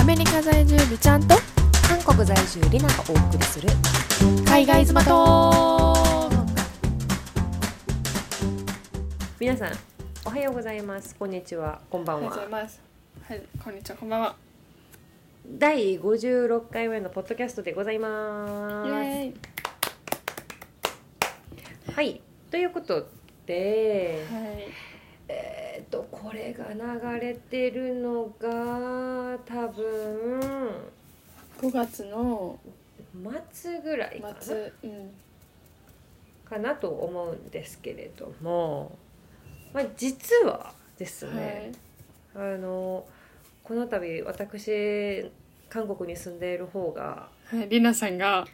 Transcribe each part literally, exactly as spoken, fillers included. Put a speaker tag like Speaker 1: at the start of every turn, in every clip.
Speaker 1: メリカ在住ルちゃんと
Speaker 2: 韓国在住リナがお送りする
Speaker 1: 海外妻と。
Speaker 2: 皆さんおはようございます、こんにちは、こんばんは。
Speaker 1: おはようございます。はい、こんにちは、こんばんは。
Speaker 2: だいごじゅうろっかいめのポッドキャストでございます。
Speaker 1: イエーイ。
Speaker 2: はい、ということで、
Speaker 1: はい、
Speaker 2: えー、とこれが流れてるのが多分
Speaker 1: ごがつの
Speaker 2: 末ぐらいかな、
Speaker 1: 末、うん、
Speaker 2: かなと思うんですけれども、まあ、実はですね、はい、あのこの度私韓国に住んでいる方が、
Speaker 1: はい、リナさんが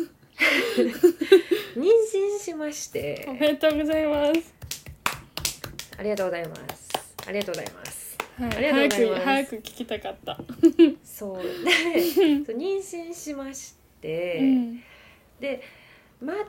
Speaker 2: 妊娠しまして
Speaker 1: おめでとうございます。
Speaker 2: ありがとうございますありがとうございます、
Speaker 1: はい、
Speaker 2: ありがとうございます。
Speaker 1: 早く早く聞きたかった
Speaker 2: そうでそう妊娠しまして、うん、でまだ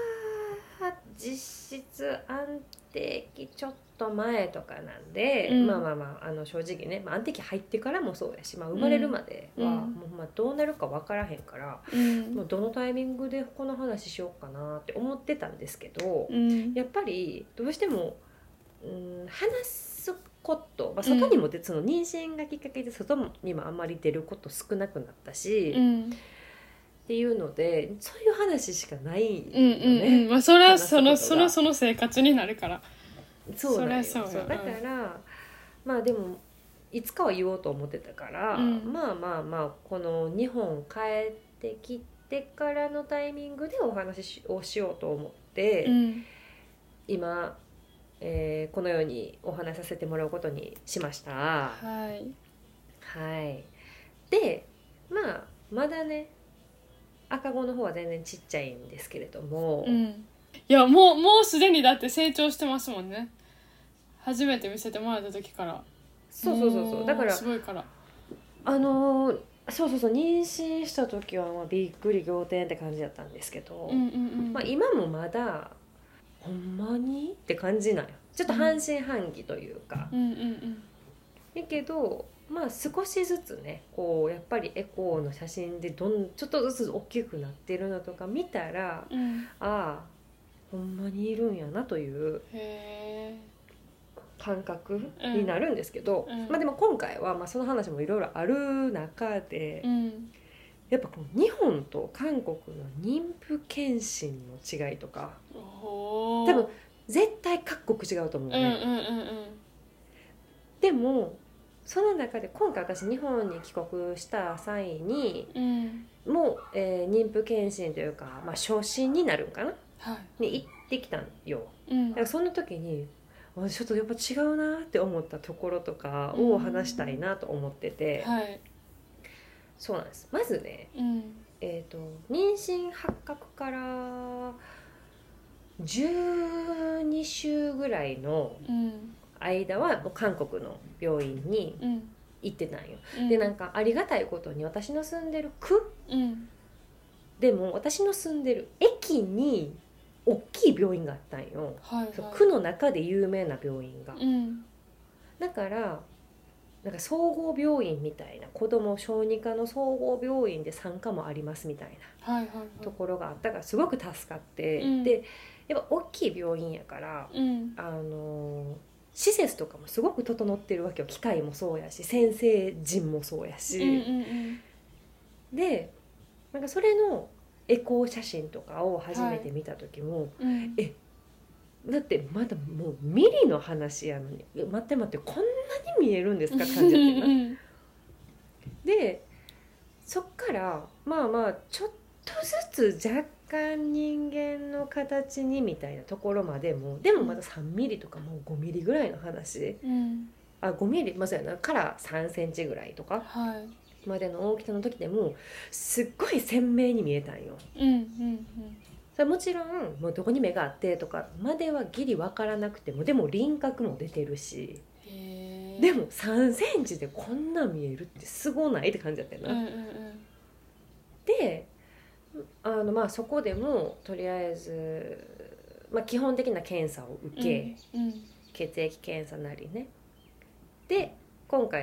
Speaker 2: 実質安定期ちょっと前とかなんで、うん、まあまあまあ、あの正直ね、まあ、安定期入ってからもそうやし、まあ、生まれるまでは、うん、もうまあどうなるか分からへんから、うん、もうどのタイミングでこの話しようかなって思ってたんですけど、うん、やっぱりどうしても、うん、話すこと、まあ、外にも出、うん、その妊娠がきっかけで外にもあんまり出ること少なくなったし、うんっていうので、そういう話しかないよね。うんうんうん、
Speaker 1: まあ、それはそのそのその生活になるから。
Speaker 2: そうだよ。そうそうだから、うん、まあでもいつかは言おうと思ってたから、うん、まあまあまあこの日本帰ってきてからのタイミングでお話をしようと思って、うん、今、えー、このようにお話しさせてもらうことにしました。
Speaker 1: はい
Speaker 2: はい。で、まあまだね。赤子の方は全然ちっちゃいんですけれども、
Speaker 1: うん、いやもうもうすでにだって成長してますもんね。初めて見せてもらった時から。
Speaker 2: そうそうそうそう、だから
Speaker 1: すごいから
Speaker 2: あのー、そうそうそう、妊娠した時はまあびっくり仰天って感じだったんですけど、うんうんうん、まあ、今もまだほんまにって感じなんよ。ちょっと半信半疑というか、うんうんうん、だけどまあ少しずつね、こうやっぱりエコーの写真でどんちょっとずつ大きくなってるのとか見たら、うん、ああほんまにいるんやなという感覚になるんですけど、うんうん、まあでも今回はまあその話もいろいろある中で、うん、やっぱこう日本と韓国の妊婦検診の違いとか、多分絶対各国違うと思うね、うんうんうんうん、でもその中で今回私日本に帰国した際に、うん、もう、えー、妊婦検診というか、まあ、初診になるんかな、はい、に行ってきたんよ、うん、だからその時にちょっとやっぱ違うなって思ったところとかを話したいなと思ってて、うんはい、そうなんです。まずね、うんえーと、妊娠発覚からじゅうに週ぐらいの、うん間は韓国の病院に行ってたんよ、うん、でなんかありがたいことに私の住んでる区、うん、でも私の住んでる駅に大きい病院があったんよ、はいはい、そう区の中で有名な病院が、うん、だからなんか総合病院みたいな、子ども小児科の総合病院で産科もありますみたいなところがあったからすごく助かって、うん、でやっぱ大きい病院やから、うん、あの施設とかもすごく整ってるわけよ。機械もそうやし先生陣もそうやし、うんうんうん、でなんかそれのエコー写真とかを初めて見た時も、はいうん、えだってまだもうミリの話やのに待って待ってこんなに見えるんですか感じだってな、うん、でそっからまあまあちょっとずつ若干人間の形にみたいなところまでもでもまださんミリとかもうごミリぐらいの話、うん、あごミリまあそうやなからさんセンチぐらいとかまでの大きさの時でもすっごい鮮明に見えたんよ、うんうんうん、それもちろんもうどこに目があってとかまではギリ分からなくてもでも輪郭も出てるしへでもさんセンチでこんな見えるってすごないって感じだったよな、うんうんうん、であのまあそこでもとりあえず、まあ、基本的な検査を受け、うんうん、血液検査なりねで今回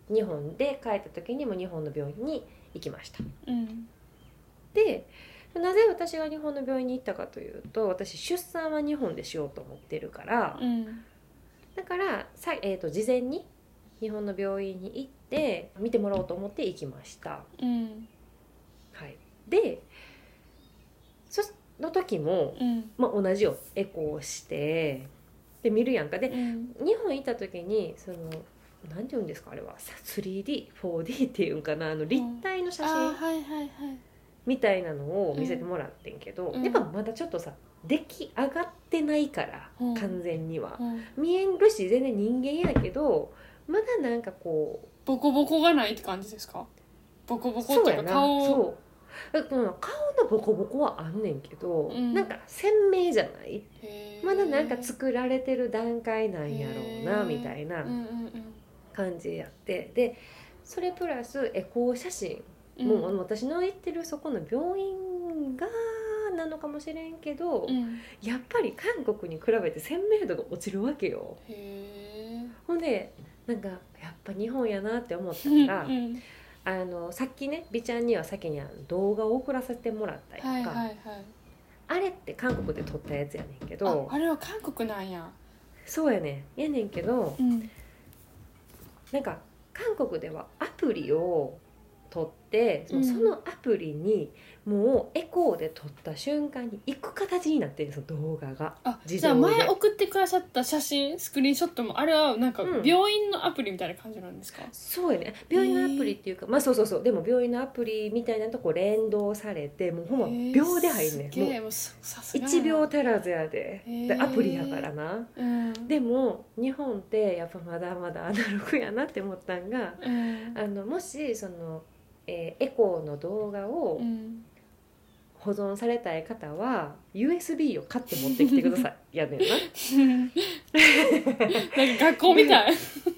Speaker 2: 日本で帰った時にも日本の病院に行きました。
Speaker 1: うん、
Speaker 2: でなぜ私が日本の病院に行ったかというと、私出産は日本でしようと思ってるから、
Speaker 1: うん、
Speaker 2: だからさ、えーと、事前に日本の病院に行って見てもらおうと思って行きました、
Speaker 1: うん
Speaker 2: はい、でその時も、
Speaker 1: うん
Speaker 2: まあ、同じよエコーしてで見るやんかで、
Speaker 1: うん、
Speaker 2: 日本行った時にそのなんて言うんですかあれは スリーディー、フォーディー っていうんかな、あの立体の写真、
Speaker 1: あ、はいはいはい、
Speaker 2: みたいなのを見せてもらってんけど、うん、やっぱまだちょっとさ出来上がってないから、うん、完全には、うん、見えるし全然人間やけどまだなんかこう
Speaker 1: ボコボコがないって感じですか？ボコボコっていうか顔
Speaker 2: そう顔のボコボコはあんねんけど、うん、なんか鮮明じゃない、まだなんか作られてる段階なんやろうなみたいな感じやって、でそれプラスエコー写真もう私の行ってるそこの病院がなのかもしれんけど、うん、やっぱり韓国に比べて鮮明度が落ちるわけよ。へほんでなんかやっぱ日本やなって思ったら、うん、あのさっきね美ちゃんには先にあの動画を送らせてもらったりとか、はいはいはい、あれって韓国で撮ったやつやねんけど、
Speaker 1: あ, あれは韓国なんや。
Speaker 2: そうやねんやねんけど、うん、なんか韓国ではアプリを撮ってその、うん、そのアプリにもうエコーで撮った瞬間に行く形になってるんですよ動画が。
Speaker 1: あ、じゃあ前送ってくださった写真スクリーンショットもあれはなんか病院のアプリみたいな感じなんですか？うん、
Speaker 2: そうやね病院のアプリっていうか、まあそうそうそうでも病院のアプリみたいなとこ連動されてもうほんま秒で入んねん、もういちびょう足らずやで、でアプリやからな、うん、でも日本ってやっぱまだまだアナログやなって思ったんが、うん、あのもしそのえー、エコーの動画を保存されたい方は ユーエスビー を買って持ってきてくださいやねんな
Speaker 1: なんか学校みたい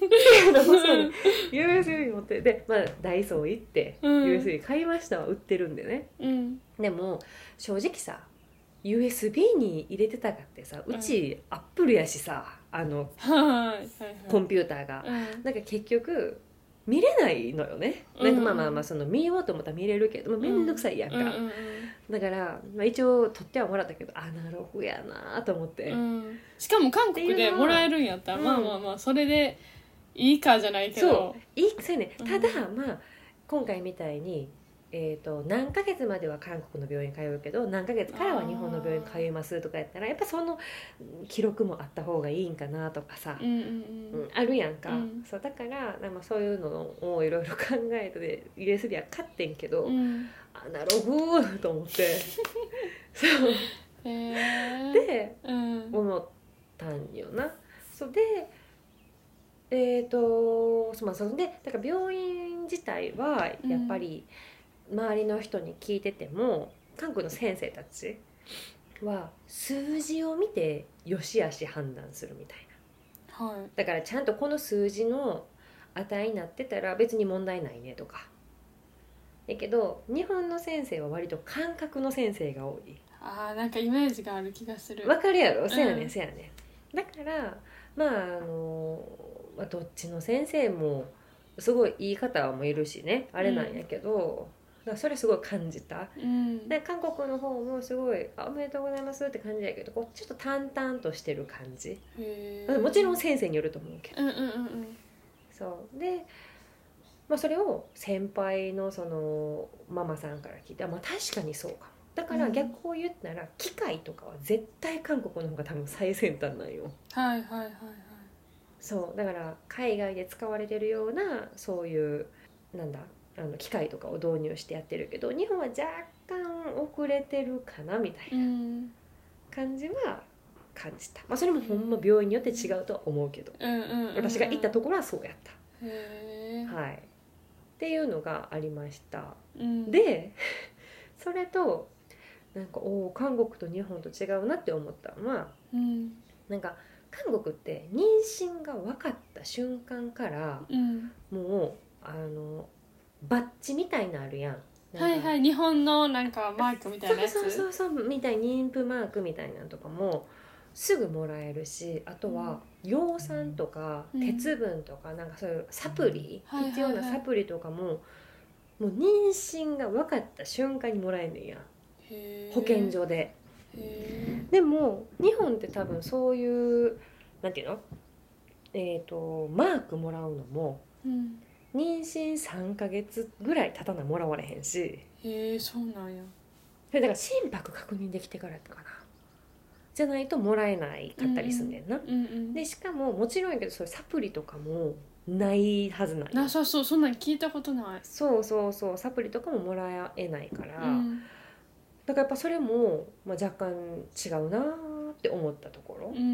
Speaker 2: ユーエスビー 持ってで、まあ、ダイソー行って、うん、ユーエスビー 買いましたは売ってるんでね、うん、でも正直さ ユーエスビー に入れてたかってさうち、うん、アップルやしさあの、はい、コンピューターが、うん、なんか結局見れないのよね。なんかまあまあまあその見ようと思ったら見れるけど、まあ、めんどくさいやんか、うんうんうん、だから、まあ、一応撮ってはもらったけどアナログやなと思って、うん、
Speaker 1: しかも韓国でもらえるんやったら、まあまあまあそれでいいかじゃないけど、
Speaker 2: そういいそうやね。ただ、うん、まあ今回みたいにえー、と何ヶ月までは韓国の病院通うけど何ヶ月からは日本の病院通いますとかやったらやっぱその記録もあった方がいいんかなとかさ、うんうんうん、あるやんか、うん、そうだからなんかそういうのをいろいろ考えて ユーエスビー は買ってんけど、うん、アナログと思ってそうへで、うん、思ったんよな。そうでえーとまあ、それでだから病院自体はやっぱり、うん、周りの人に聞いてても韓国の先生たちは数字を見てよしあし判断するみたいな、はい、だからちゃんとこの数字の値になってたら別に問題ないねとかだけど日本の先生は割と感覚の先生が多い。
Speaker 1: あーなんかイメージがある気がする。
Speaker 2: わかるやろ、せやねんせやねん。だからまああのどっちの先生もすごいいい方もいるしねあれなんやけど、だからそれすごい感じた、うん、で韓国の方もすごいあおめでとうございますって感じやけどこうちょっと淡々としてる感じ。へもちろん先生によると思うけど、うんうんうんうん、そうで、まあ、それを先輩のそのママさんから聞いて、まあ、確かにそうかも。だから逆を言ったら、うん、機械とかは絶対韓国の方が多分最先端なんよ。
Speaker 1: はいはいはいはい。そう
Speaker 2: だから海外で使われてるようなそういうなんだあの機械とかを導入してやってるけど日本は若干遅れてるかなみたいな感じは感じた、まあ、それもほんま病院によって違うとは思うけど、うんうんうんうん、私が行ったところはそうやった。へー、はい、っていうのがありました、うん、でそれとなんかお韓国と日本と違うなって思ったのは、うん、なんか韓国って妊娠が分かった瞬間から、うん、もうあのバッジみたいなあるやん。
Speaker 1: はいはい、日本のなんかマークみたいなやつ。
Speaker 2: そうそうそうそうみたい妊婦マークみたいなのとかもすぐもらえるし、あとは葉酸とか鉄分とかなんかそういうサプリ、
Speaker 1: うん、
Speaker 2: 必要なサプリとかも、もう妊娠が分かった瞬間にもらえんねんや、保健所で。でも日本って多分そういうなんていうの、えーと、マークもらうのも、うん、妊娠さんかげつぐらい経たなもらわれへんし。
Speaker 1: へえ、そうなんや。
Speaker 2: それだから心拍確認できてからかなじゃないともらえないかったりすんねんな、うんうん、でしかももちろんやけどそういうサプリとかもないはずない。
Speaker 1: なさそう、そんなん聞いたことない。
Speaker 2: そうそうそう、サプリとかももらえないから、うん、だからやっぱそれも、まあ、若干違うなって思ったところ、うんうんうん、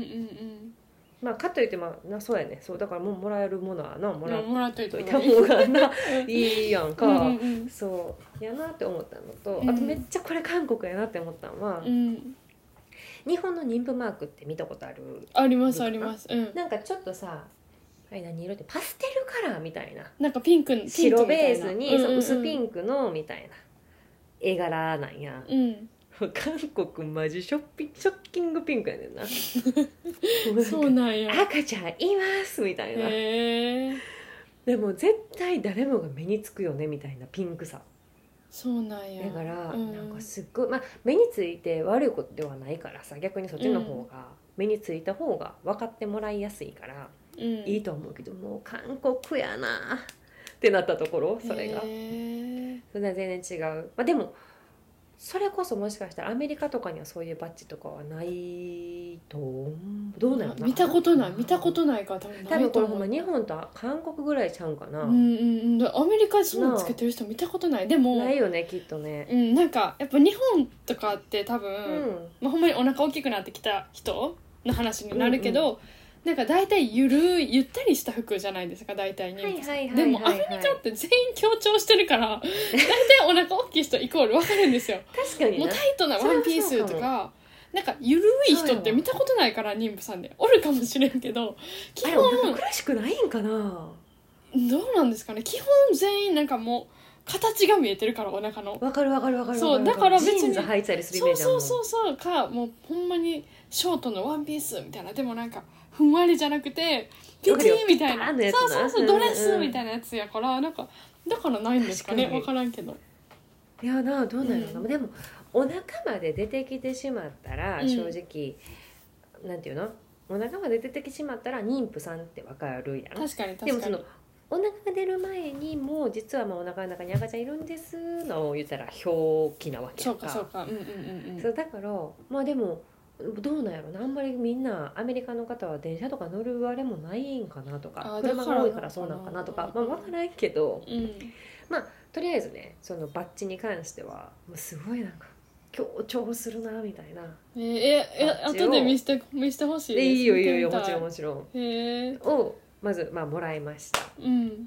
Speaker 2: まあかといってまあなそうやね、そうだからもうもらえるものはなもらっといた方がないいやんかうんうん、うん、そうやなって思ったのと、うん、あとめっちゃこれ韓国やなって思ったのは、うん、日本の妊婦マークって見たことある？
Speaker 1: ありますあります、うん、
Speaker 2: なんかちょっとさ、あれ何色ってパステルカラーみたいな、
Speaker 1: なんかピンク、ピンク
Speaker 2: 白ベースに、うんうんうん、薄ピンクのみたいな絵柄なんや、うん、韓国マジショッピショッキングピンクやねんな
Speaker 1: そうなんや、
Speaker 2: 赤ちゃんいますみたいな、へでも絶対誰もが目につくよねみたいなピンクさ。
Speaker 1: そうなんや。
Speaker 2: だから、うん、なんかすっごい、まあ、目について悪いことではないからさ、逆にそっちの方が、うん、目についた方が分かってもらいやすいから、うん、いいと思うけど、もう韓国やなってなったところ、それがそれは全然違う、まあ、でもそれこそもしかしたらアメリカとかにはそういうバッジとかはないと思う。どうなの？
Speaker 1: 見たことない見たことないから多分ないと思う。
Speaker 2: 多分これほんま日本と韓国ぐらいちゃうんかな。
Speaker 1: うんうん、アメリカでそんなのつけてる人見たことない。でも
Speaker 2: ないよねきっとね。
Speaker 1: うん、なんかやっぱ日本とかって多分、うんまあ、ほんまにお腹大きくなってきた人の話になるけど、うんうん、なんか大体ゆるゆったりした服じゃないですか大体妊婦さん。でもアメリカって全員強調してるから大体お腹大きい人イコール分かるんですよ。
Speaker 2: 確かに
Speaker 1: もうタイトなワンピースとかなんかゆるい人って見たことないから妊婦さんでおるかもしれんけど、
Speaker 2: 基本あれお腹苦しくないんかな。ど
Speaker 1: うなんですかね。基本全員なんかもう形が見えてるからお腹の。
Speaker 2: わかるわかるわかる。
Speaker 1: そうだから別に
Speaker 2: ジーンズ履いたりするイメージあるもん。
Speaker 1: そうそうそうそうかもうほんまにショートのワンピースみたいな。でもなんかふんわりじゃなくてピティみたいな、そうそうそうドレスみたいなやつやから、なんかだからないんですかね。分からんけど。
Speaker 2: いやなどうなるの、うん、でもお腹まで出てきてしまったら、うん、正直なんていうの、お腹まで出てきてしまったら妊婦さんって分かるやん。
Speaker 1: 確かに確かに。
Speaker 2: でもそのお腹が出る前にもう実はまあお腹の中に赤ちゃんいるんですのを言ったら表記なわけやんか。
Speaker 1: そうかそうか、うんうんうんうん。
Speaker 2: そうだからまあでもどうなんやろな、あんまりみんなアメリカの方は電車とか乗るあれもないんかなとか、車が多いからそうなんかなとか、まあ分からんけど、うん、まあとりあえずねそのバッジに関してはもうすごいなんか強調するなみたいな。
Speaker 1: えー、ええ後で見せて見せてほしいです。
Speaker 2: いいよいいよいいよ、もちろんもちろん。
Speaker 1: へー
Speaker 2: をまずまあもらいました。
Speaker 1: うん、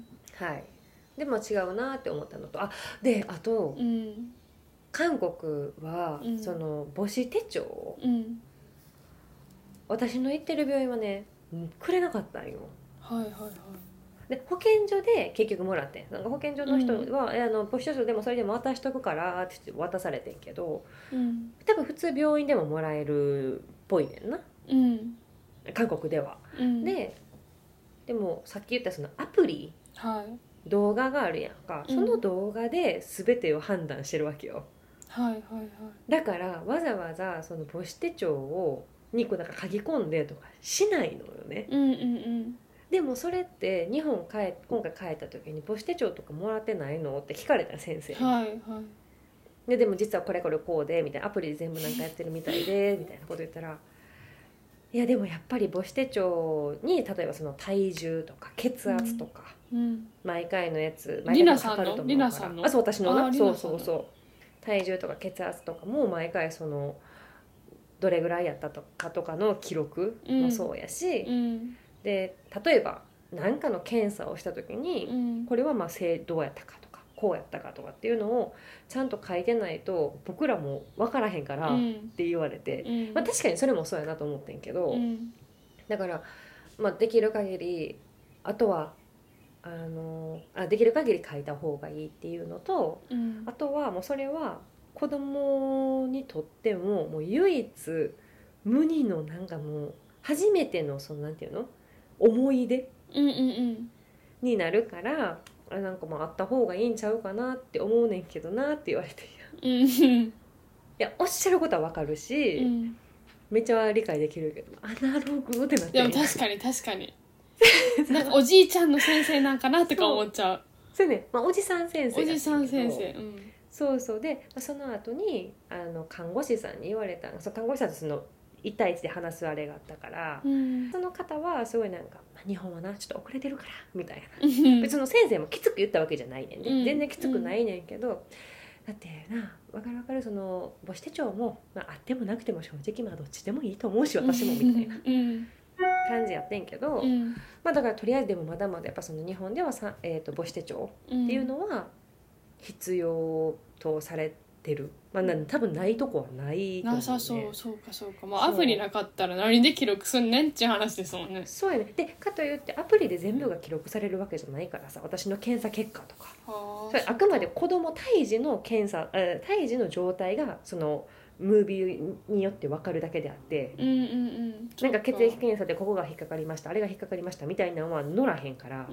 Speaker 2: はい。でも違うなって思ったのと、あであと、うん、韓国は、うん、その母子手帳を、うん、私の行ってる病院はねくれなかったんよ。
Speaker 1: はいはいはい。
Speaker 2: で保健所で結局もらってん。なんか保健所の人は、うん、あの母子手帳でもそれでも渡しとくからって言って渡されてんけど、うん、多分普通病院でももらえるっぽいねんな、うん、韓国では、うん、ででもさっき言ったそのアプリ、はい、動画があるやんか、その動画で全てを判断してるわけよ、
Speaker 1: はいはいはい。
Speaker 2: だからわざわざその母子手帳をにこなんか書き込んでとかしないのよね、うんうんうん。でもそれって日本帰今回帰った時に母子手帳とかもらってないのって聞かれた先生に、
Speaker 1: はいはい。
Speaker 2: ででも実はこれこれこうでみたいな、アプリで全部なんかやってるみたいでみたいなこと言ったら、いやでもやっぱり母子手帳に例えばその体重とか血圧とか、うんうん、毎回のやつ毎回かかると思うから、あそう私のなそうそうそう体重とか血圧とかも毎回そのどれぐらいやったとかとかの記録もそうやし、うんうん、で例えば何かの検査をした時に、うん、これはまあ正どうやったかとかこうやったかとかっていうのをちゃんと書いてないと僕らも分からへんからって言われて、うんまあ、確かにそれもそうやなと思ってんけど、うん、だから、まあ、できる限りあとはあのあできる限り書いた方がいいっていうのと、うん、あとはもうそれは子供にとってももう唯一無二のなんかもう初めてのそのなんていうの思い出、
Speaker 1: うんうんうん、
Speaker 2: になるからあなんかもうあった方がいいんちゃうかなって思うねんけどなって言われていやおっしゃることはわかるし、うん、めっちゃ理解できるけどアナログってなって
Speaker 1: でも確かに確かになんかおじいちゃんの先生なんかなとか思っちゃう
Speaker 2: そうね、まあ、おじさん先生
Speaker 1: おじさん先生、うん、
Speaker 2: そうそうでその後にあの看護師さんに言われたその看護師さんとそのいち対いちで話すあれがあったから、うん、その方はすごいなんか「日本はなちょっと遅れてるから」みたいな別に先生もきつく言ったわけじゃないねんで、うん、全然きつくないねんけど、うん、だってな分かる分かるその母子手帳も、まあ、あってもなくても正直まあどっちでもいいと思うし私もみたいな。うん感じやってんけど、うん、まあだからとりあえずでもまだまだやっぱその日本ではさ、えー、と母子手帳っていうのは必要とされてる、まあ、な多分ないとこはないと思う、ね、
Speaker 1: なさそうそうかそうか、まあ、アプリなかったら何で記録すんねんっていう話ですもんね。
Speaker 2: そうやね。でかといってアプリで全部が記録されるわけじゃないからさ私の検査結果とかそれあくまで子供胎児の検査胎児の状態がそのムービーによって分かるだけであって、うんうんうん、なんか血液検査でここが引っかかりましたあれが引っかかりましたみたいなのは載らへんから、うん、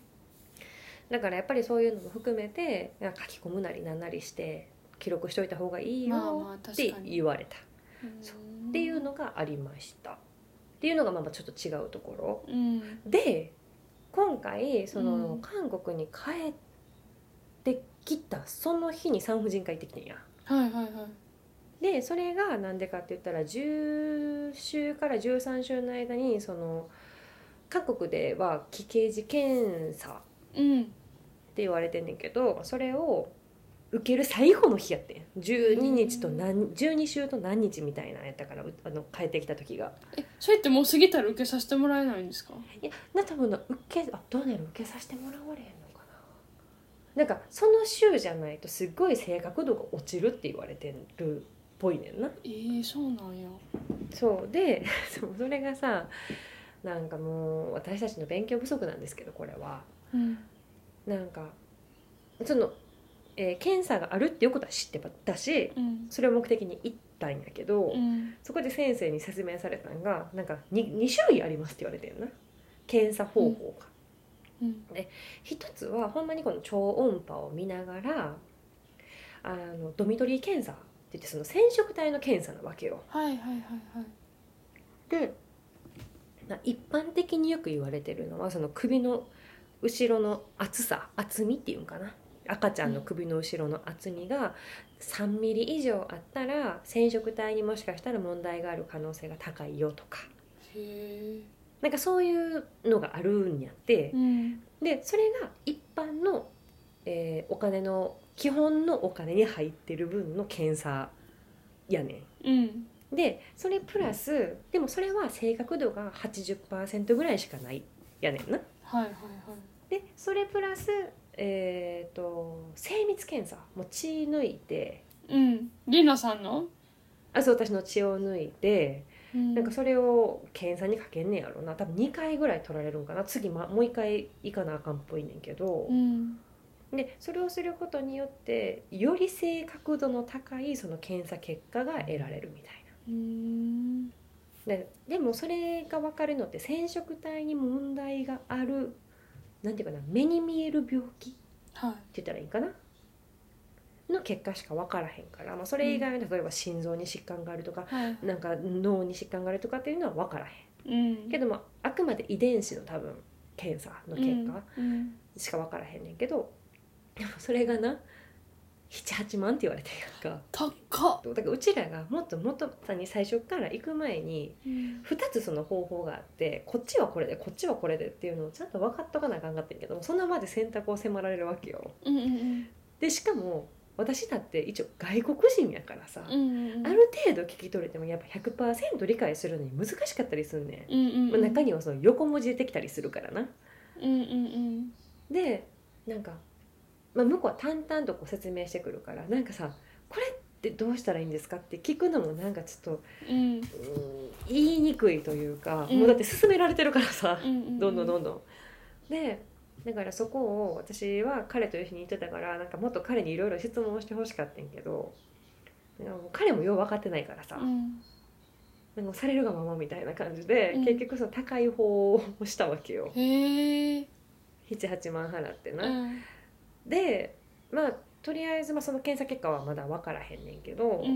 Speaker 2: だからやっぱりそういうのも含めて書き込むなりなんなりして記録しといた方がいいよって言われた、まあまあ、そうっていうのがありましたっていうのがまあちょっと違うところ、うん、で今回その韓国に帰ってきたその日に産婦人科行ってきてんや。
Speaker 1: はいはいはい。
Speaker 2: でそれがなんでかって言ったらじゅっしゅうからじゅうさんしゅうの間にその韓国では奇形児検査って言われてんねんけど、それを受ける最後の日やってんじゅうににちと何じゅうにしゅうと何日みたいなやったからあの帰ってきた時が
Speaker 1: えそれってもう過ぎたら受けさせてもらえないんですか？
Speaker 2: いやな多分受けあどうなる受けさせてもらわれへんのかな。なんかその週じゃないとすっごい正確度が落ちるって言われてるぽいねんな。
Speaker 1: えー、そうなんや。
Speaker 2: そうでそれがさなんかもう私たちの勉強不足なんですけどこれは、うん、なんかその、えー、検査があるっていうことは知ってたし、うん、それを目的に行ったんやけど、うん、そこで先生に説明されたのがなんか 2, に種類ありますって言われてるな検査方法が、うん、で一つはほんまにこの超音波を見ながらあのドミトリー検査って言ってその染色体の検査なわけよ。
Speaker 1: はいはいはいはい。
Speaker 2: で一般的によく言われてるのはその首の後ろの厚さ厚みっていうんかな赤ちゃんの首の後ろの厚みがさんミリ以上あったら染色体にもしかしたら問題がある可能性が高いよとかへなんかそういうのがあるんやって、うん、でそれが一般の、えー、お金の基本のお金に入ってる分の検査やねん、うん、でそれプラスでもそれは正確度が はちじゅっパーセント ぐらいしかないやねんな。
Speaker 1: はいはいはい。
Speaker 2: でそれプラス、えーと、精密検査もう血抜いて
Speaker 1: うんりなさんの
Speaker 2: あそう私の血を抜いて、うん、なんかそれを検査にかけんねやろな多分にかいぐらい取られるんかな次、ま、もういっかい行かなあかんっぽいねんけど、うんでそれをすることによってより正確度の高いその検査結果が得られるみたいな。うーん で, でもそれが分かるのって染色体に問題があるなんていうかな目に見える病気、はい、って言ったらいいかなの結果しか分からへんから、まあ、それ以外の例えば心臓に疾患があるとか、はい、なんか脳に疾患があるとかっていうのは分からへん、うん、けどもあくまで遺伝子の多分検査の結果しか分からへんねんけど、でもそれがなななはちまんって言われてるやんか
Speaker 1: 高っ。
Speaker 2: だからうちらがもっともっとさに最初から行く前にふたつその方法があってこっちはこれでこっちはこれでっていうのをちゃんと分かっとかなあかんかったんやけどその場で選択を迫られるわけよ、うんうんうん、でしかも私だって一応外国人やからさ、うんうんうん、ある程度聞き取れてもやっぱ ひゃくパーセント 理解するのに難しかったりするね、うんうんうんまあ、中にはその横文字出てきたりするからな、うんうんうん、でなんかまあ、向こうは淡々とこう説明してくるからなんかさこれってどうしたらいいんですかって聞くのもなんかちょっと、うん、言いにくいというか、うん、もうだって勧められてるからさ、うんうんうん、どんどんどんどんでだからそこを私は彼と一緒に行ってたからなんかもっと彼にいろいろ質問してほしかったんけど彼もよう分かってないからさ、うん、 なんかされるがままみたいな感じで、うん、結局その高い方をしたわけよ。
Speaker 1: へえ。
Speaker 2: ななはちまん払ってな、
Speaker 1: うん、
Speaker 2: でまあとりあえず、まあ、その検査結果はまだ分からへんねんけど、
Speaker 1: うんうんうん、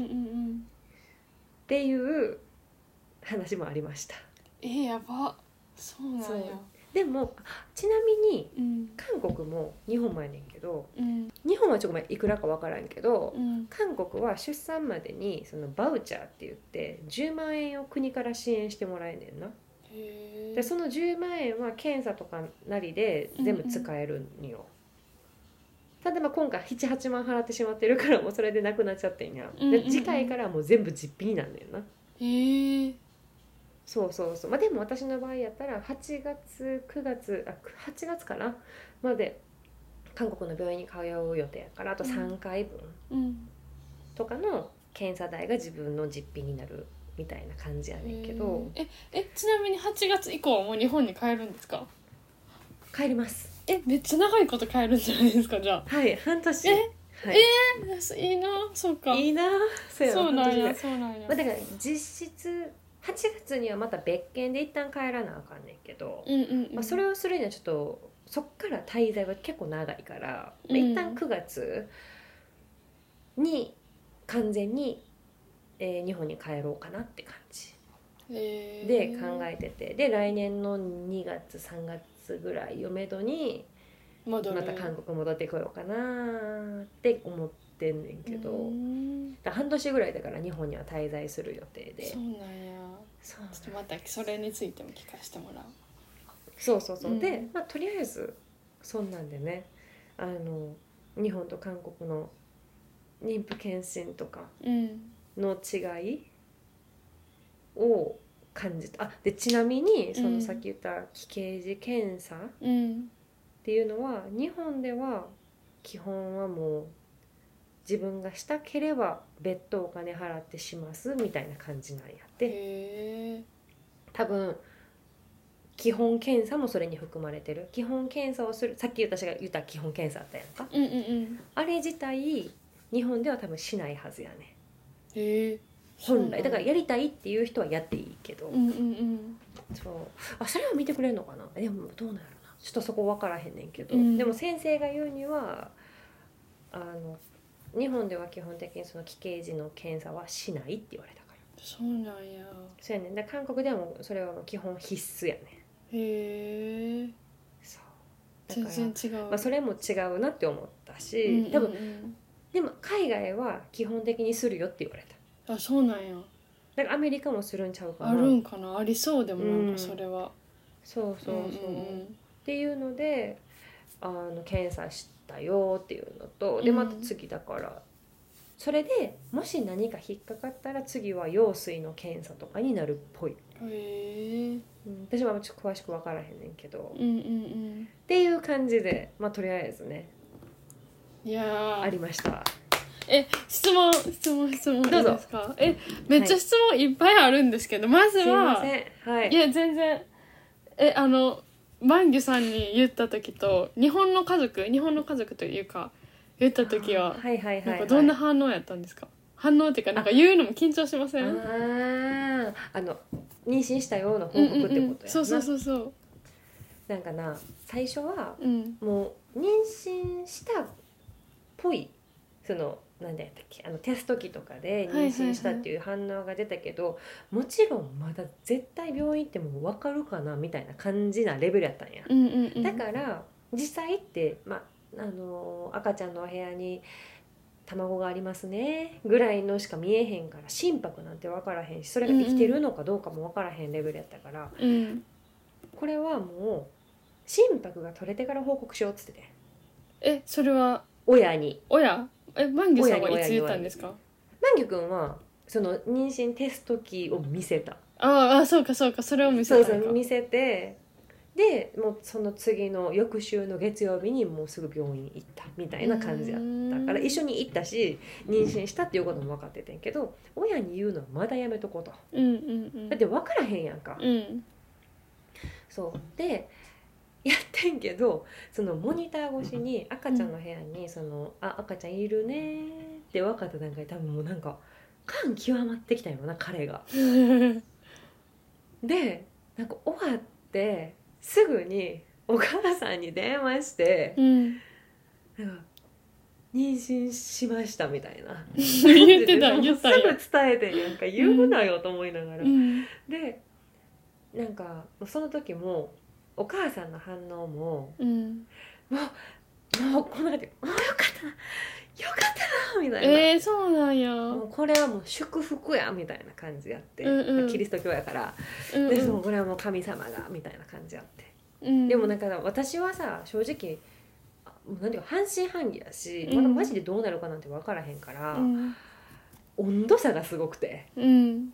Speaker 2: っていう話もありました。
Speaker 1: えー、やば。そうなんや。
Speaker 2: でもちなみに、うん、韓国も日本もやねんけど、うん、日本はちょっといくらか分からんけど、うん、韓国は出産までにそのバウチャーって言ってじゅうまんえんを国から支援してもらえねんな。へでそのじゅうまんえんは検査とかなりで全部使えるんよ、うんうん、ただまあ今回ななはちまん払ってしまってるからもうそれでなくなっちゃってんや、うんうんうん、で次回からもう全部実費になんねんな。へえ。そうそうそう、まあ、でも私の場合やったらはちがつくがつあはちがつかなまで韓国の病院に通う予定やからあとさんかいぶんとかの検査代が自分の実費になるみたいな感じやねんけど。
Speaker 1: ええちなみにはちがつ以降はもう日本に帰るんですか？
Speaker 2: 帰ります。
Speaker 1: えめっちゃ長いこと帰るんじゃないですかじゃあ。
Speaker 2: はい半年。
Speaker 1: え、
Speaker 2: はい、
Speaker 1: えー、いいな。そうか
Speaker 2: いいな。
Speaker 1: そうやそうなんやそうなんや、
Speaker 2: まあ、だから実質はちがつにはまた別件で一旦帰らなあかんねんけど、
Speaker 1: うんうんうん、
Speaker 2: まあ、それをするにはちょっとそっから滞在は結構長いから、うん、一旦くがつに完全に、えー、日本に帰ろうかなって感じで考えてて、で来年のにがつさんがつぐらいをめどにまた韓国戻ってこようかなって思ってんねんけど、うんだ半年ぐらいだから日本には滞在する予定で。
Speaker 1: そうなんや。そうちょっとまたそれについても聞かせてもらう。
Speaker 2: そうそうそう、うん、で、まあ、とりあえずそんなんでねあの日本と韓国の妊婦検診とかの違いを感じた。あでちなみにそのさっき言った奇形児検査っていうのは、うん、日本では基本はもう自分がしたければ別途お金払ってしますみたいな感じなんやって。へー。多分基本検査もそれに含まれてる。基本検査をする、さっき私が言った基本検査あったやんか、うんうんうん、あれ自体日本では多分しないはずやね。へえ。本来だからやりたいっていう人はやっていいけど、うんうんうん、そうあそれは見てくれるのかな。でもどうなんやろな、ちょっとそこ分からへんねんけど、うん、でも先生が言うにはあの日本では基本的にその奇形児の検査はしないって言われたから。
Speaker 1: そうなんや。
Speaker 2: そうやねん。だ韓国ではもうそれは基本必須やねん。へえ。そうだから全然違う、まあ、それも違うなって思ったし、うんうんうん、多分でも海外は基本的にするよって言われた。
Speaker 1: あそうなんや。
Speaker 2: だからアメリカもするんちゃうかな。
Speaker 1: あるんかな。ありそう。でもなんかそれは、うん、
Speaker 2: そうそうそう、うんうんうん、っていうのであの検査したよっていうのとでまた次だから、うん、それでもし何か引っかかったら次は羊水の検査とかになるっぽい。へえ、うん、私はちょっと詳しく分からへんねんけど、うんうんうん、っていう感じでまあとりあえずねいやありました。
Speaker 1: え質問質問質問いいですか？えめっちゃ質問いっぱいあるんですけど、はい、まずはすいません、はい、いや全然えあのバンギュさんに言った時と日本の家族日本の家族というか言った時はどんな反応やったんですか？反応っていうかなんか言うのも緊張しません？
Speaker 2: ああの妊娠したような報告ってことやな、うんうんうん、
Speaker 1: そうそうそうそう。
Speaker 2: なんかな最初は、うん、もう妊娠したっぽいそのなんだやったっけあのテスト機とかで妊娠したっていう反応が出たけど、はいはいはい、もちろんまだ絶対病院行っても分かるかなみたいな感じなレベルやったんや、うんうんうん、だから実際って、まあの赤ちゃんのお部屋に卵がありますねぐらいのしか見えへんから心拍なんて分からへんしそれが生きてるのかどうかも分からへんレベルやったから、うんうん、これはもう心拍が取れてから報告しようっつってて。
Speaker 1: えそれは
Speaker 2: 親に
Speaker 1: 親えマンギュさんはいつ言ったんですか？
Speaker 2: マンギュ君はその妊娠テスト機を見せた。
Speaker 1: ああそうかそうかそれを見せたんか。
Speaker 2: そうそう見せてでもうその次の翌週の月曜日にもうすぐ病院行ったみたいな感じだったから一緒に行ったし妊娠したっていうことも分かっててんけど親に言うのはまだやめとこうと、うんうんうん、だって分からへんやんか、うん、そうでやってんけどそのモニター越しに赤ちゃんの部屋にその、うん、あ赤ちゃんいるねって分かった段階多分もうなんか感極まってきたよな彼がでなんか終わってすぐにお母さんに電話して、うん、なんか妊娠しましたみたいな
Speaker 1: 言ってた言った
Speaker 2: すぐ伝えてなんか言うなよと思いながら、うん、でなんかその時もお母さんの反応も、うん、もうもうこんな感じで「もうよかったなよかったな」みたいな
Speaker 1: えー、そうなんや
Speaker 2: もうこれはもう祝福やみたいな感じやって、うんうん、キリスト教やから、うんうん、でそのこれはもう神様がみたいな感じやって、うん、でもなんか私はさ正直なんていうか半信半疑やし、うん、まだマジでどうなるかなんて分からへんから、うん、温度差がすごくて、うん、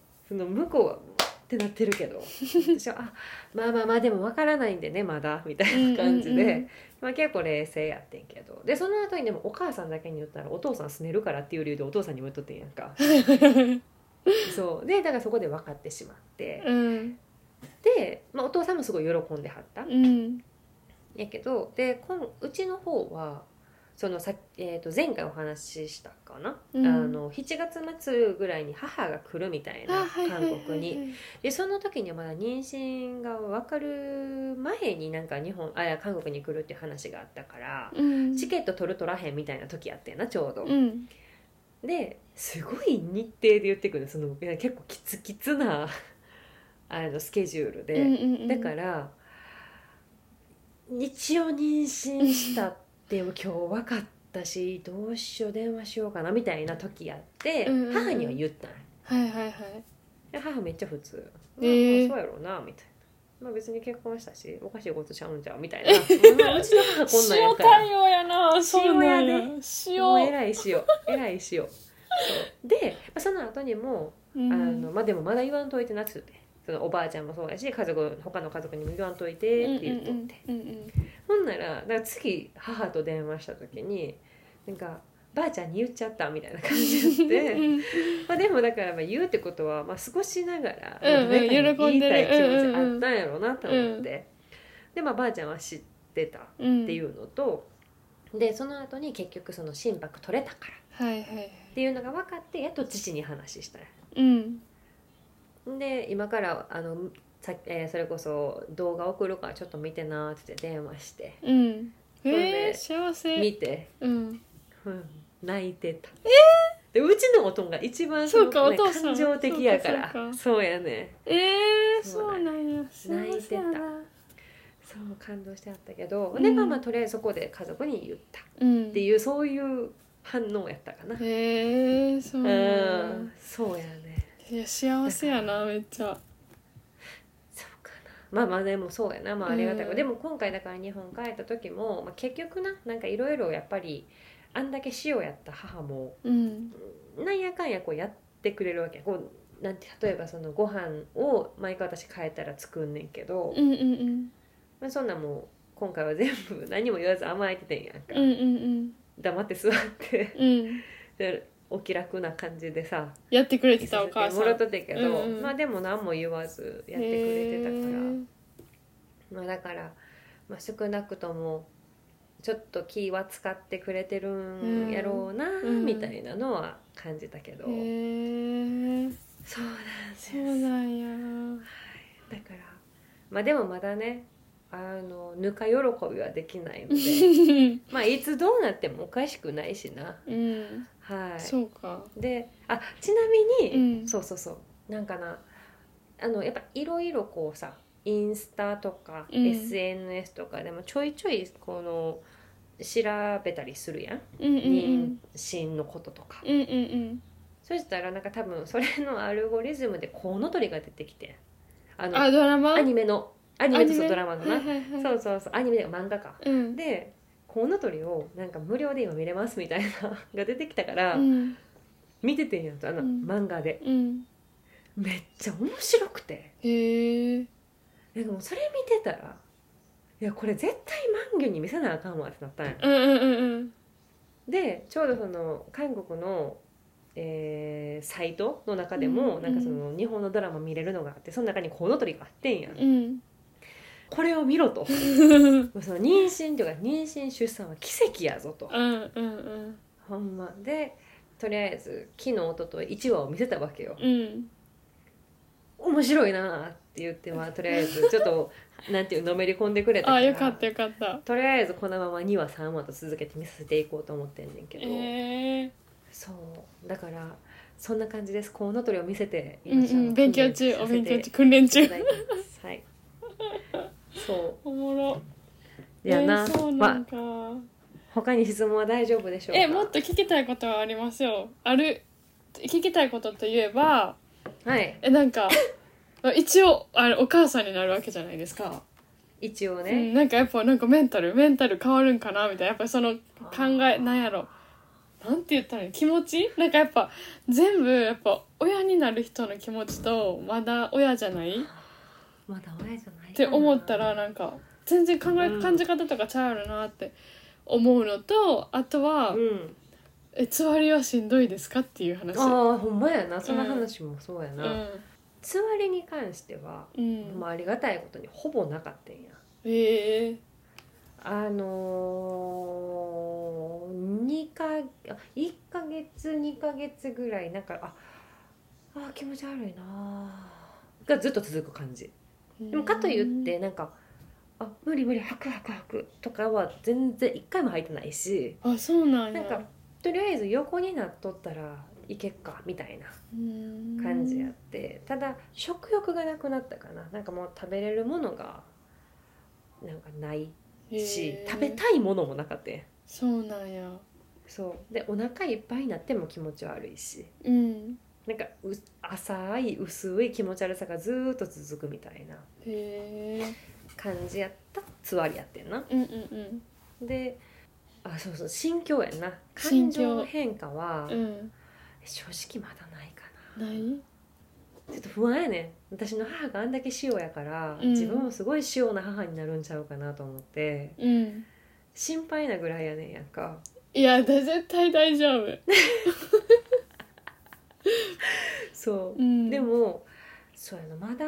Speaker 2: その向こうはってなってるけど私はあまあまあまあでも分からないんでねまだみたいな感じで、うんうんうんまあ、結構冷静やってんけどでその後にでもお母さんだけに言ったらお父さんすねるからっていう理由でお父さんにも言っとってんやんかそうでだからそこで分かってしまって、うん、で、まあ、お父さんもすごい喜んではった、うんやけどでこんうちの方はそのさ、えー、と前回お話ししたかな、うん、あのしちがつ末ぐらいに母が来るみたいな韓国にでその時にはまだ妊娠が分かる前になんか日本あ韓国に来るっていう話があったから、うん、チケット取る取らへんみたいな時やってんなちょうど、うん、ですごい日程で言ってくるその結構きつきつなあのスケジュールで、うんうんうん、だから一応妊娠したって今日分かったしどうしよう電話しようかなみたいな時やって、うんうん、母には言ったん
Speaker 1: はいはいはい
Speaker 2: で母めっちゃ普通、えーまあ、そうやろうなみたいな、まあ、別に結婚したしおかしいことちゃうんちゃうみたいな、まあ、うちの母こんなんやから
Speaker 1: 塩対応やな
Speaker 2: 塩やで塩もうえらい塩えらい塩そうで、まあ、その後にも、うん、あのまあでもまだ言わんといてなくてそのおばあちゃんもそうやし家族他の家族にも言わんといてって言っとって、うんうんうんうん、ほんならだから次母と電話した時になんかばあちゃんに言っちゃったみたいな感じでまあでもだからまあ言うってことはまあ少しながら誰かに言いたい気持ちあったんやろうなと思って、うんうん、でまあばあちゃんは知ってたっていうのと、うん、でその後に結局その心拍取れたから、はいはい、っていうのが分かってやっと父に話した、うんで今からあのさ、えー、それこそ動画送るからちょっと見てなって電話して、うん、
Speaker 1: えー、幸せ
Speaker 2: 見て、うんうん、泣いてた、
Speaker 1: え
Speaker 2: ー、でうちのおとんが一番その、ね、そうかお父さん感情的やからそう、そうやね
Speaker 1: えー、そうなんや
Speaker 2: 泣いてたそう感動してあったけど、うん、でまあまあとりあえずそこで家族に言ったっていう、うん、そういう反応やったかな
Speaker 1: へえー、そうなんや、うん、
Speaker 2: そうやね
Speaker 1: いや幸せやなめっちゃ
Speaker 2: そうかなまあまあでもそうやなまあありがたい、うん、でも今回だから日本帰った時も、まあ、結局ななんかいろいろやっぱりあんだけ塩やった母も、うん、なんやかんやこうやってくれるわけこうなんて例えばそのご飯を毎回私帰ったら作んねんけど、うんうんうんまあ、そんなもう今回は全部何も言わず甘えててんやんか、うんうんうん、黙って座って、うん、でお気楽な感じでさ
Speaker 1: やってくれてたお母さん
Speaker 2: もらっとってんけど、うんうん、まあでも何も言わずやってくれてたから、まあ、だから、まあ、少なくともちょっと気は使ってくれてるんやろうな、うん、みたいなのは感じたけど、へーそうなんです
Speaker 1: そうなんや、
Speaker 2: はい、だからまあでもまだねあのぬか喜びはできないのでまあいつどうなってもおかしくないしな、うんはい、
Speaker 1: そうか
Speaker 2: であちなみに、うん、そうそうそうなんかなあのやっぱいろいろこうさインスタとか、うん、エスエヌエス とかでもちょいちょいこの調べたりするやん、うんうんうん、妊娠のこととか、うんうんうん、そしたらなんか多分それのアルゴリズムでコウノトリが出てきてあの
Speaker 1: あドラマ
Speaker 2: アニメのアニメとドラマのな、はいはいはい、そうそうそうアニメで漫画か、うん、でコウノトリをなんか無料で今見れますみたいなが出てきたから、うん、見ててんやんとあの、うん、漫画で、うん、めっちゃ面白くてへえでもそれ見てたらいやこれ絶対満魚に見せなあかんわってなったんや、うんうんうんうん、でちょうどその韓国の、えー、サイトの中でも、うんうん、なんかその日本のドラマ見れるのがあってその中にコウノトリがあってんやん、うんこれを見ろとその妊娠というか妊娠出産は奇跡やぞと、うんうんうん、ほんまでとりあえず昨日おとといいちわを見せたわけよ、
Speaker 1: うん、
Speaker 2: 面白いなって言って、まあ、とりあえずちょっとなんていうのめり込んでくれたから
Speaker 1: あよかったよかった。
Speaker 2: とりあえずこのままにわさんわと続けて見させていこうと思ってんねんけど、
Speaker 1: えー、
Speaker 2: そうだからそんな感じです。コウノトリを見せて
Speaker 1: 今、うんうん、勉強中お勉強中訓練中
Speaker 2: はいそう
Speaker 1: おもろ
Speaker 2: いやな、
Speaker 1: えー、そうなんか、
Speaker 2: まあ、他に質問は大丈夫でしょうか。
Speaker 1: えもっと聞きたいことはありますよ。ある聞きたいことといえば、
Speaker 2: はい、
Speaker 1: えなんか一応あれお母さんになるわけじゃないですか。
Speaker 2: 一応ね、
Speaker 1: うん、なんかやっぱなんかメンタルメンタル変わるんかなみたいな、やっぱりその考えなんやろなんて言ったらいい気持ちなんかやっぱ全部やっぱ親になる人の気持ちとまだ親じゃない
Speaker 2: まだ親じゃない
Speaker 1: って思ったらなんか全然考え感じ方とかちゃうよなって思うのと、あとは、うん、えつわりはしんどいですかっていう話。
Speaker 2: ああほんまやな、その話もそうやな、うん、つわりに関しては、
Speaker 1: うん、
Speaker 2: まあ、ありがたいことにほぼなかったんや。
Speaker 1: ええー、
Speaker 2: あのー、にかいっかげつにかげつぐらいなんかああ気持ち悪いながずっと続く感じ。でもかといってなんかあ無理無理吐く吐く吐くとかは全然一回も吐いてないし、
Speaker 1: あそうなんや。
Speaker 2: なんかとりあえず横になっとったらいけっかみたいな感じやって、ただ食欲がなくなったかな。なんかもう食べれるものがなんかないし、食べたいものもなかった。
Speaker 1: そうなんや。
Speaker 2: そうでお腹いっぱいになっても気持ち悪いし、
Speaker 1: うん、
Speaker 2: なんかう浅い薄い気持ち悪さがずっと続くみたいな感じやったつわりやってんな。
Speaker 1: うんうん
Speaker 2: うん、であそうそう心境やんな。感情の変化は、うん、正直まだないかな。
Speaker 1: ない
Speaker 2: ちょっと不安やねん。私の母があんだけ塩やから、うん、自分もすごい塩な母になるんちゃうかなと思って、うん、心配なぐらいやねんやんか。
Speaker 1: いや絶対大丈夫
Speaker 2: そう、うん、でもそうやな、まだ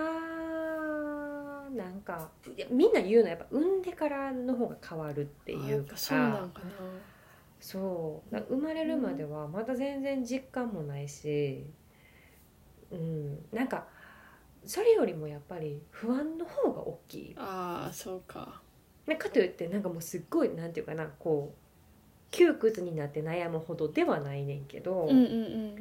Speaker 2: なんかいやみんな言うのはやっぱ産んでからの方が変わるっていうか、
Speaker 1: そうなんかな。
Speaker 2: そう生まれるまではまだ全然実感もないし、うん、なんかそれよりもやっぱり不安の方が大きい。
Speaker 1: ああそうか。
Speaker 2: かといってなんかもうすっごいなんていうかな、こう窮屈になって悩むほどではないねんけど、
Speaker 1: うんうんうん、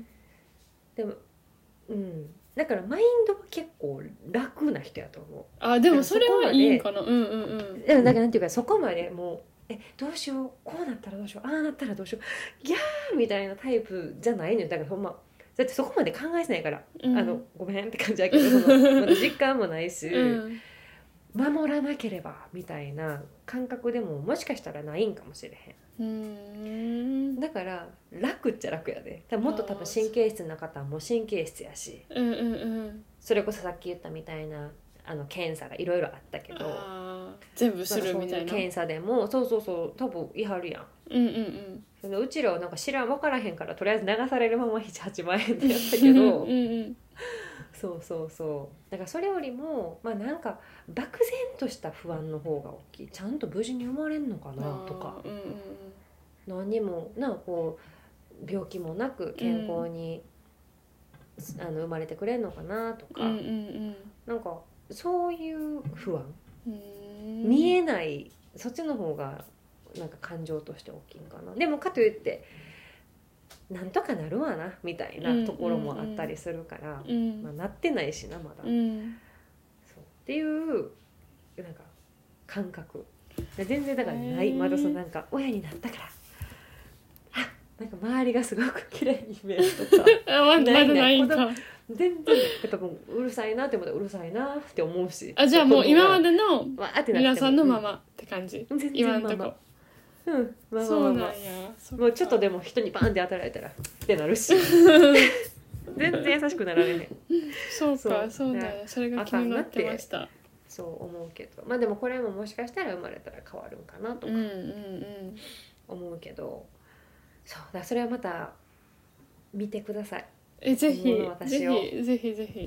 Speaker 2: でも、うん、だからマインドは結構楽な人やと思う。
Speaker 1: あでもそれはいいんかな。うんうんうん。
Speaker 2: だからなんていうかそこまでもうえどうしようこうなったらどうしようああなったらどうしようギャーみたいなタイプじゃないのよ。だからほんまだってそこまで考えてないから、うん、あのごめんって感じだけどそのまだ実感もないし、うん、守らなければみたいな感覚でももしかしたらないんかもしれへん。うーんだから楽っちゃ楽やで。多分もっと多分神経質な方はもう神経質やし、うんうんうん、それこそさっき言ったみたいなあの検査がいろいろあったけど
Speaker 1: 全部するみたいな、そういう
Speaker 2: 検査でもそうそうそう多分いはるやん。うんうんうん、そのうちらはなんか知らん分からへんからとりあえず流されるままななはちまん円でやったけどうん、うん、そうそうそうだからそれよりもまあなんか漠然とした不安の方が大きい。ちゃんと無事に生まれんのかなとか、うんうんうん、何にもなんかこう病気もなく健康に、うん、あの生まれてくれるのかなとか、うんうんうん、なんかそういう不安、うん見えないそっちの方がなんか感情として大きいんかな。でもかといってなんとかなるわなみたいなところもあったりするから、うんうんうんまあ、なってないしなまだ、うん、そうっていうなんか感覚全然だからないまだそのなんか親になったからあなんか周りがすごく綺麗に見えるとか
Speaker 1: あまだないんか
Speaker 2: 全然やっぱもううるさいなって思ったらうるさいなって思うし
Speaker 1: あじゃあもう今までの皆さんのままって感じ、
Speaker 2: うん、全然今のとこうん、まあまあまあ、そうなんやもうちょっとでも人にバーンって当たられたらってなるし全然優しくなられへん
Speaker 1: そうかそうだよそれが気になってました。
Speaker 2: そう思うけどまあでもこれももしかしたら生まれたら変わるんかなとか思うけど、うんうんうん、そうだそれはまた見てください。
Speaker 1: えぜひぜひぜひぜひ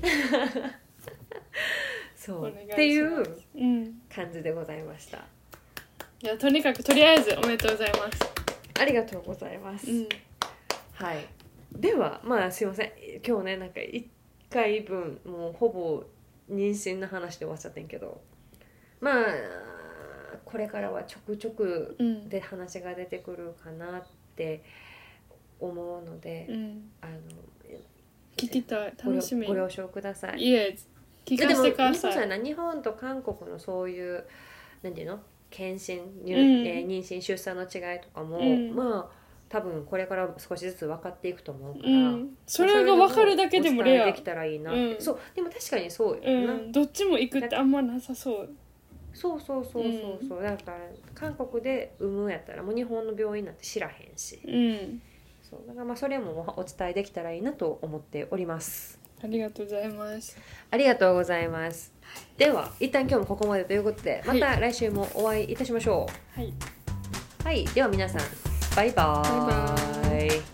Speaker 2: そうっていう感じでございました、うん
Speaker 1: いやとにかくとりあえずおめでとうございます。
Speaker 2: ありがとうございます、うん、はいではまあすいません今日ねなんかいっかいぶんもうほぼ妊娠の話で終わっちゃってんけど、まあこれからはちょくちょくで話が出てくるかなって思うので、うん、あの
Speaker 1: 聞きたい楽しみ
Speaker 2: ご了承ください。
Speaker 1: いえ聞かせてください。
Speaker 2: でも日本と韓国のそういうなんていうの検診、うんえー、妊娠出産の違いとかも、うん、まあ多分これから少しずつ分かっていくと思うから、うん、
Speaker 1: それが分かるだけでもレア
Speaker 2: できたらいいなって、うん、そうでも確かにそう
Speaker 1: よな、うん、どっちも行くってあんまなさそう
Speaker 2: そうそうそうそうそう、うん、だから韓国で産むやったらもう日本の病院なんて知らへんし、うん、そうだからまあそれもお伝えできたらいいなと思っております。
Speaker 1: ありがとうございます。
Speaker 2: ありがとうございます。では一旦今日もここまでということで、また来週もお会いいたしましょう。はい、はい、では皆さんバイバーイ。バイバーイ。